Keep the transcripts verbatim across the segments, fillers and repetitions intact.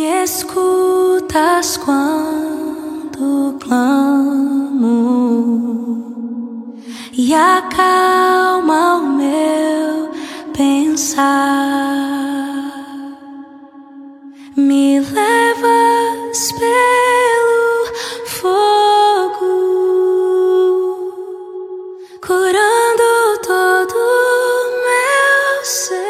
Me escutas quando clamo e acalma o meu pensar. Me levas pelo fogo, curando todo meu ser.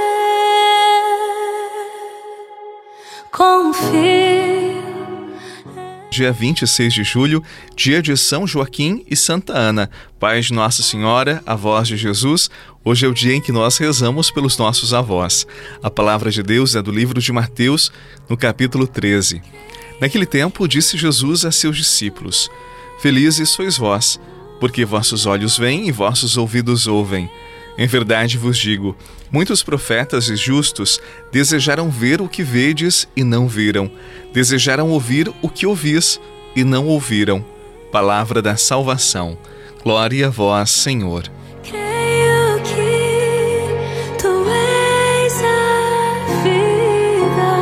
Confio. Dia vinte e seis de julho, dia de São Joaquim e Santa Ana, pais de Nossa Senhora, avós de Jesus. Hoje é o dia em que nós rezamos pelos nossos avós. A palavra de Deus é do livro de Mateus, no capítulo treze. Naquele tempo, disse Jesus a seus discípulos: Felizes sois vós, porque vossos olhos veem e vossos ouvidos ouvem. Em verdade vos digo, muitos profetas e justos desejaram ver o que vedes e não viram, desejaram ouvir o que ouvis e não ouviram. Palavra da salvação. Glória a vós, Senhor. Creio que tu és a vida,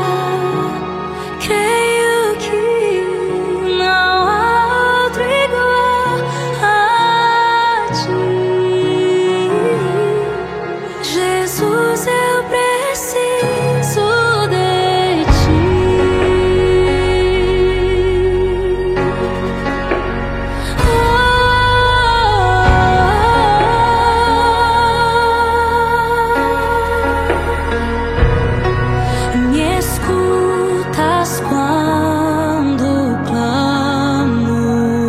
creio que não há outro igual a ti. Jesus, eu preciso de ti. Me escutas quando clamo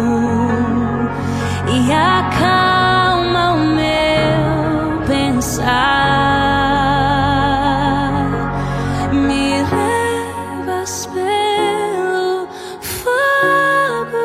e acalma o meu pensar. Me levas pelo fogo,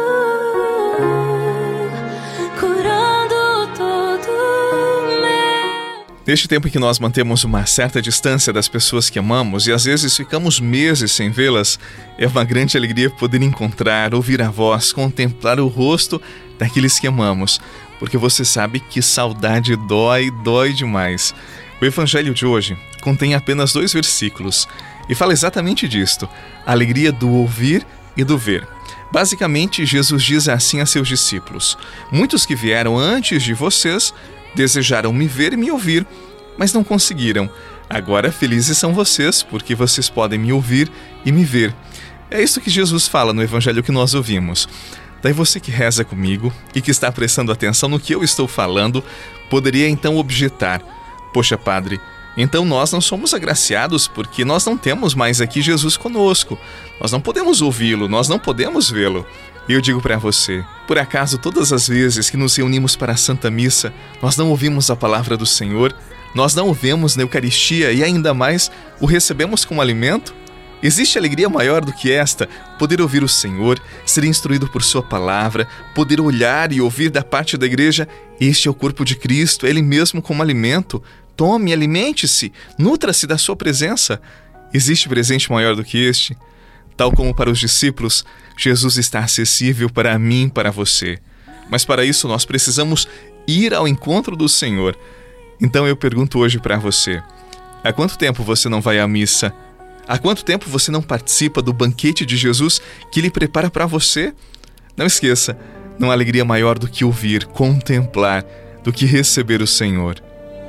curando todo meu. Neste tempo em que nós mantemos uma certa distância das pessoas que amamos e às vezes ficamos meses sem vê-las, é uma grande alegria poder encontrar, ouvir a voz, contemplar o rosto daqueles que amamos, porque você sabe que saudade dói, dói demais. O Evangelho de hoje contém apenas dois versículos e fala exatamente disto, a alegria do ouvir e do ver. Basicamente, Jesus diz assim a seus discípulos: muitos que vieram antes de vocês desejaram me ver e me ouvir, mas não conseguiram. Agora felizes são vocês, porque vocês podem me ouvir e me ver. É isso que Jesus fala no Evangelho que nós ouvimos. Daí você que reza comigo e que está prestando atenção no que eu estou falando, poderia então objetar: poxa, padre, então nós não somos agraciados porque nós não temos mais aqui Jesus conosco. Nós não podemos ouvi-lo, nós não podemos vê-lo. E eu digo para você, por acaso todas as vezes que nos reunimos para a Santa Missa, nós não ouvimos a palavra do Senhor? Nós não o vemos na Eucaristia e ainda mais o recebemos como alimento? Existe alegria maior do que esta? Poder ouvir o Senhor, ser instruído por sua palavra, poder olhar e ouvir da parte da igreja: este é o corpo de Cristo, Ele mesmo como alimento. Tome, alimente-se, nutra-se da sua presença. Existe presente maior do que este? Tal como para os discípulos, Jesus está acessível para mim e para você. Mas para isso nós precisamos ir ao encontro do Senhor. Então eu pergunto hoje para você: há quanto tempo você não vai à missa? Há quanto tempo você não participa do banquete de Jesus que Ele prepara para você? Não esqueça, não há alegria maior do que ouvir, contemplar, do que receber o Senhor.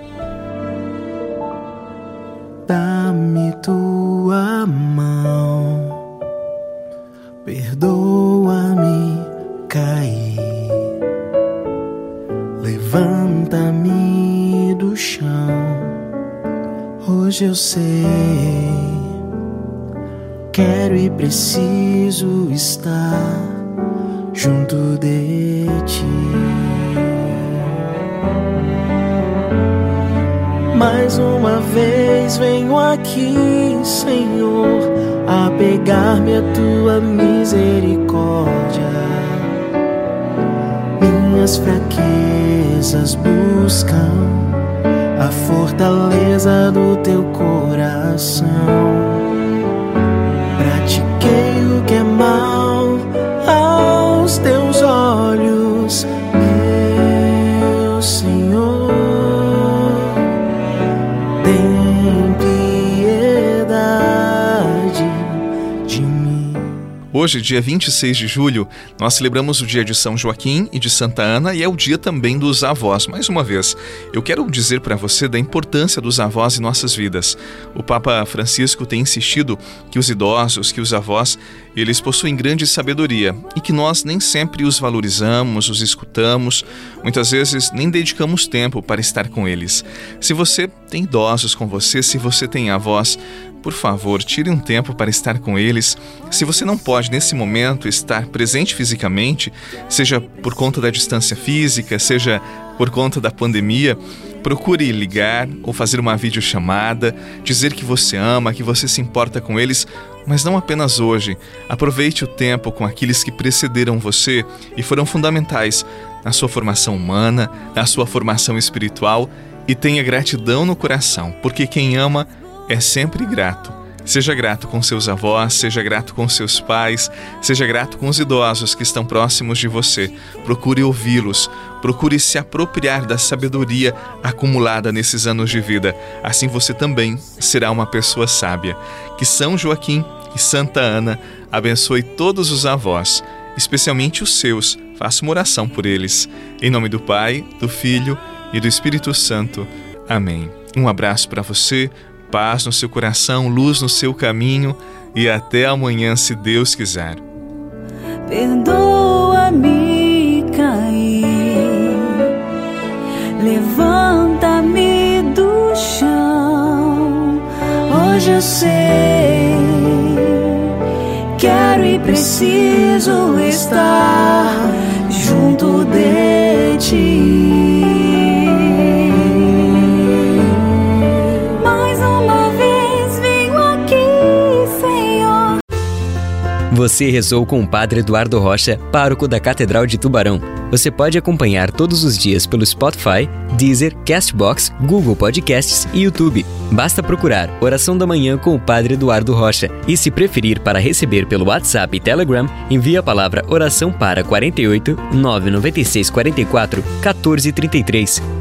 Dá-me tua mão, perdoa-me cair, levanta-me do chão. Hoje eu sei, quero e preciso estar junto de ti. Mais uma vez venho aqui, Senhor, a pegar-me a tua misericórdia. Minhas fraquezas buscam a fortaleza do teu coração. Pratiquei o que é mal aos teus olhos, meu Senhor. Tem piedade de mim. Hoje, dia vinte e seis de julho, nós celebramos o dia de São Joaquim e de Santa Ana e é o dia também dos avós. Mais uma vez, eu quero dizer para você da importância dos avós em nossas vidas. O Papa Francisco tem insistido que os idosos, que os avós, eles possuem grande sabedoria e que nós nem sempre os valorizamos, os escutamos, muitas vezes nem dedicamos tempo para estar com eles. Se você tem idosos com você, se você tem avós, por favor, tire um tempo para estar com eles. Se você não pode, nesse momento, estar presente fisicamente, seja por conta da distância física, seja por conta da pandemia, procure ligar ou fazer uma videochamada, dizer que você ama, que você se importa com eles, mas não apenas hoje. Aproveite o tempo com aqueles que precederam você e foram fundamentais na sua formação humana, na sua formação espiritual, e tenha gratidão no coração, porque quem ama é sempre grato. Seja grato com seus avós, seja grato com seus pais, seja grato com os idosos que estão próximos de você. Procure ouvi-los, procure se apropriar da sabedoria acumulada nesses anos de vida. Assim você também será uma pessoa sábia. Que São Joaquim e Santa Ana abençoe todos os avós, especialmente os seus. Faça uma oração por eles. Em nome do Pai, do Filho e do Espírito Santo. Amém. Um abraço para você. Paz no seu coração, luz no seu caminho e até amanhã, se Deus quiser. Perdoa-me cair, levanta-me do chão. Hoje eu sei, quero e preciso estar junto de ti. Você rezou com o Padre Eduardo Rocha, pároco da Catedral de Tubarão. Você pode acompanhar todos os dias pelo Spotify, Deezer, Castbox, Google Podcasts e YouTube. Basta procurar Oração da Manhã com o Padre Eduardo Rocha. E se preferir para receber pelo WhatsApp e Telegram, envie a palavra oração para quarenta e oito, nove nove seis, quarenta e quatro, quatorze, trinta e três.